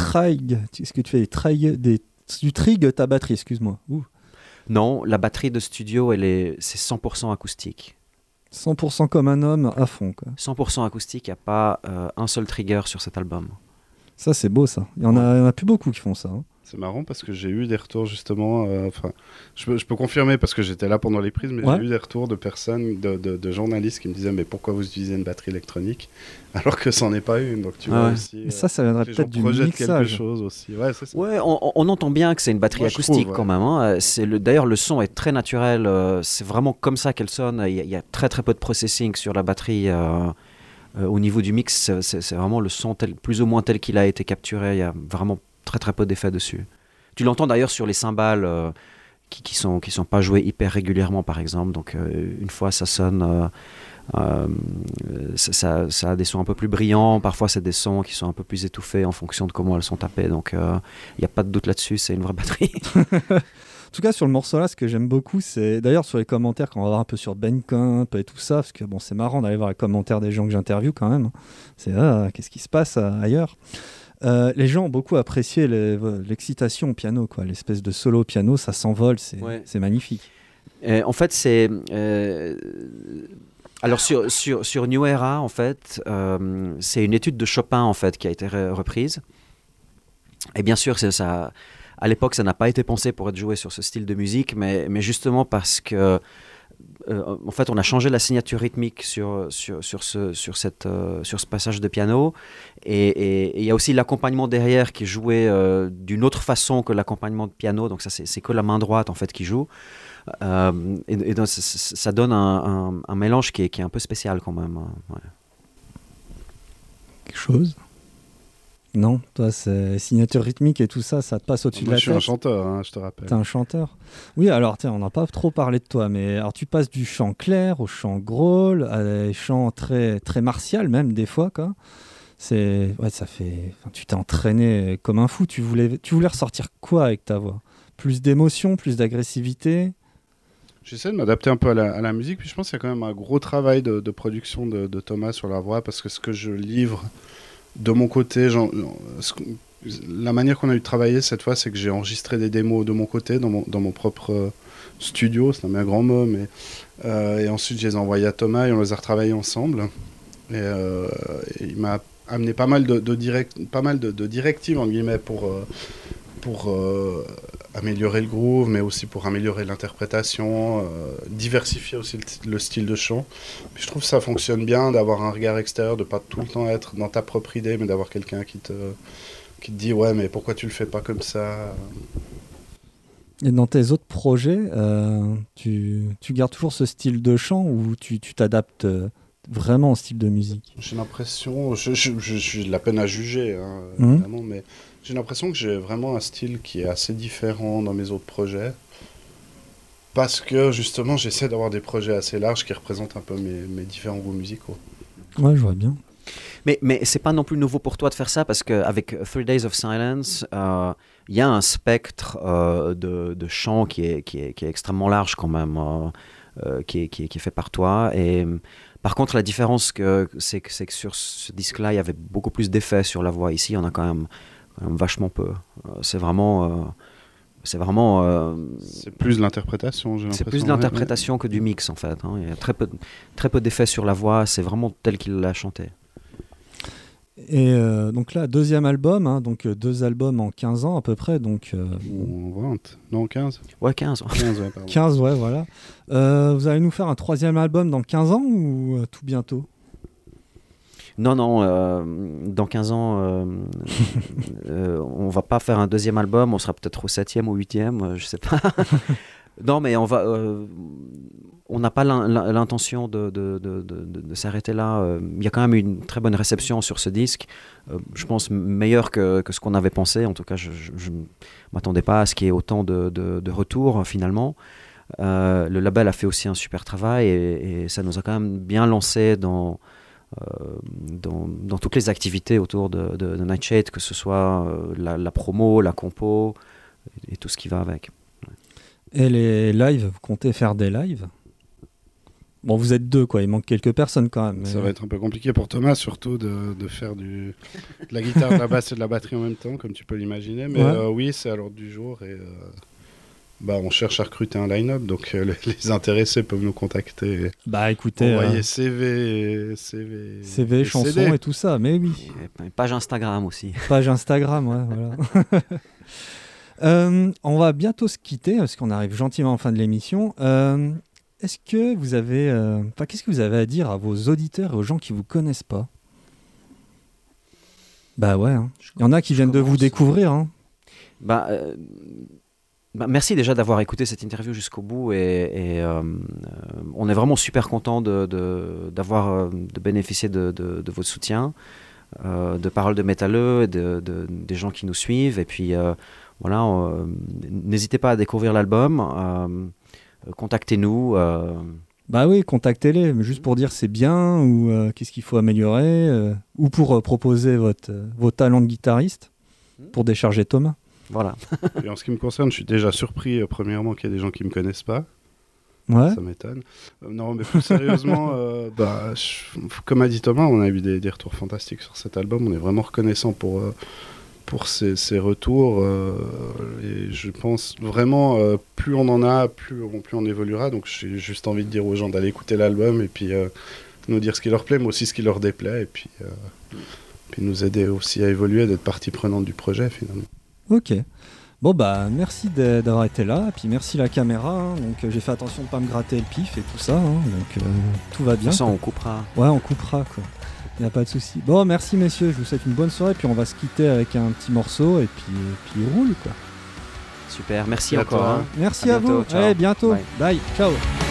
tu trigues ta batterie, excuse-moi. Non, la batterie de studio, c'est 100% acoustique. 100% comme un homme à fond, quoi. 100% acoustique, il n'y a pas un seul trigger sur cet album. Ça, c'est beau, ça. Il y en a plus beaucoup qui font ça. Hein. C'est marrant parce que j'ai eu des retours justement, je peux confirmer parce que j'étais là pendant les prises, mais Ouais. j'ai eu des retours de personnes, de journalistes qui me disaient mais pourquoi vous utilisez une batterie électronique alors que c'en est pas une, donc tu vois Ouais. aussi. Et ça viendrait les gens peut-être du projettent quelque mixage. chose aussi. Ouais, c'est ça. Ouais, on entend bien que c'est une batterie Moi, je acoustique trouve, ouais. quand même. Hein. D'ailleurs, le son est très naturel. C'est vraiment comme ça qu'elle sonne. Il y a très très peu de processing sur la batterie. Au niveau du mix, c'est vraiment le son plus ou moins tel qu'il a été capturé. Il y a vraiment très très peu d'effets dessus. Tu l'entends d'ailleurs sur les cymbales qui sont pas jouées hyper régulièrement, par exemple. Donc une fois ça sonne, ça a des sons un peu plus brillants. Parfois c'est des sons qui sont un peu plus étouffés en fonction de comment elles sont tapées. Donc il n'y a pas de doute là-dessus, c'est une vraie batterie. En tout cas, sur le morceau là, ce que j'aime beaucoup, c'est d'ailleurs sur les commentaires, quand on va voir un peu sur Bandcamp et tout ça, parce que bon, c'est marrant d'aller voir les commentaires des gens que j'interviewe quand même. C'est qu'est-ce qui se passe ailleurs. Les gens ont beaucoup apprécié l'excitation au piano, quoi. L'espèce de solo au piano, ça s'envole, c'est magnifique. En fait, c'est alors sur New Era, en fait, c'est une étude de Chopin en fait qui a été reprise. Et bien sûr, ça. À l'époque, ça n'a pas été pensé pour être joué sur ce style de musique, mais justement parce que, en fait, on a changé la signature rythmique sur ce passage de piano, et il y a aussi l'accompagnement derrière qui est joué d'une autre façon que l'accompagnement de piano, donc ça c'est que la main droite en fait qui joue, et donc, ça donne un mélange qui est un peu spécial quand même. Ouais. Quelque chose ? Non, toi, c'est signature rythmique et tout ça, ça te passe au-dessus de la Je tête. suis un chanteur, hein, je te rappelle. T'es un chanteur. Oui, alors, on n'a pas trop parlé de toi, mais alors tu passes du chant clair au chant growl, à des chants très, très martial même, des fois, quoi. Ça fait... Enfin, tu t'es entraîné comme un fou. Tu voulais ressortir quoi avec ta voix ? Plus d'émotion, plus d'agressivité ? J'essaie de m'adapter un peu à la musique, puis je pense qu'il y a quand même un gros travail de production de Thomas sur la voix, parce que ce que je livre de mon côté, la manière qu'on a eu de travailler cette fois, c'est que j'ai enregistré des démos de mon côté, dans mon propre studio, c'est un bien grand mot, mais et ensuite je les ai envoyés à Thomas et on les a retravaillés ensemble. Et il m'a amené pas mal de directives en guillemets pour améliorer le groove, mais aussi pour améliorer l'interprétation, diversifier aussi le style de chant. Puis je trouve que ça fonctionne bien d'avoir un regard extérieur, de pas tout le temps être dans ta propre idée, mais d'avoir quelqu'un qui te dit ouais mais pourquoi tu le fais pas comme ça. Et dans tes autres projets, tu gardes toujours ce style de chant ou tu t'adaptes vraiment au style de musique ? J'ai l'impression, j'ai de la peine à juger, hein, évidemment, mais j'ai l'impression que j'ai vraiment un style qui est assez différent dans mes autres projets. Parce que justement, j'essaie d'avoir des projets assez larges qui représentent un peu mes différents goûts musicaux. Ouais, je vois bien. Mais c'est pas non plus nouveau pour toi de faire ça, parce qu'avec 3 Days of Silence, il y a un spectre de chant qui est extrêmement large quand même, qui est fait par toi. Et par contre, la différence c'est que sur ce disque-là, il y avait beaucoup plus d'effets sur la voix. Ici, il y en a quand même vachement peu. C'est vraiment... c'est plus de l'interprétation, j'ai l'impression. C'est plus de l'interprétation que du mix, en fait. Hein. Il y a très peu d'effets sur la voix. C'est vraiment tel qu'il l'a chanté. Et donc là, deuxième album, hein, donc 2 albums en 15 ans à peu près. Donc, Ou 20, non 15. Ouais, 15. 15, ouais, pardon. 15, ouais, voilà. Vous allez nous faire un 3e album dans 15 ans ou tout bientôt ? Non, dans 15 ans, on va pas faire un 2e album, on sera peut-être au 7e ou 8e, je sais pas. Non, mais on n'a pas l'intention de s'arrêter là. Il y a quand même une très bonne réception sur ce disque, je pense meilleure que ce qu'on avait pensé. En tout cas, je ne m'attendais pas à ce qu'il y ait autant de retours finalement. Le label a fait aussi un super travail et ça nous a quand même bien lancé dans toutes les activités autour de Nightshade, que ce soit la promo, la compo et tout ce qui va avec. Et les lives, vous comptez faire des lives ? Bon, vous êtes 2, quoi. Il manque quelques personnes quand même. Ça va être un peu compliqué pour Thomas, surtout de faire de la guitare, de la basse et de la batterie en même temps, comme tu peux l'imaginer. Mais ouais. Oui, c'est à l'ordre du jour. On cherche à recruter un line-up, donc les intéressés peuvent nous contacter. Bah écoutez, envoyer CV, chansons CD. et tout ça, mais oui. Et page Instagram aussi. Page Instagram, ouais, voilà. On va bientôt se quitter parce qu'on arrive gentiment en fin de l'émission. Est-ce que vous avez, qu'est-ce que vous avez à dire à vos auditeurs et aux gens qui vous connaissent pas? Bah ouais, hein. Il y en a qui viennent de vous découvrir. Hein. Merci déjà d'avoir écouté cette interview jusqu'au bout et on est vraiment super content de bénéficier de votre soutien, de paroles de métalleux et des gens qui nous suivent. Et puis n'hésitez pas à découvrir l'album, contactez-nous. Bah oui, contactez-les, mais juste pour dire c'est bien ou qu'est-ce qu'il faut améliorer ou pour proposer vos talents de guitariste pour décharger Thomas. Voilà. Et en ce qui me concerne, je suis déjà surpris, premièrement, qu'il y ait des gens qui ne me connaissent pas. Ouais. Ça m'étonne. Non, mais plus sérieusement, comme a dit Thomas, on a eu des retours fantastiques sur cet album. On est vraiment reconnaissant pour ces retours. Et je pense vraiment, plus on en a, plus on évoluera. Donc j'ai juste envie de dire aux gens d'aller écouter l'album et puis nous dire ce qui leur plaît, mais aussi ce qui leur déplaît. Et puis nous aider aussi à évoluer, d'être partie prenante du projet finalement. Ok. Bon merci d'avoir été là, et puis merci la caméra, hein. Donc j'ai fait attention de pas me gratter le pif et tout ça, hein. Donc tout va bien. De toute façon, on coupera. Ouais, on coupera quoi. Il n'y a pas de souci. Bon, merci messieurs, je vous souhaite une bonne soirée, puis on va se quitter avec un petit morceau, et puis roule quoi. Super, merci Bientôt, encore. hein. Merci à bientôt, vous. ciao. Allez, bientôt. Bye. Bye. Ciao.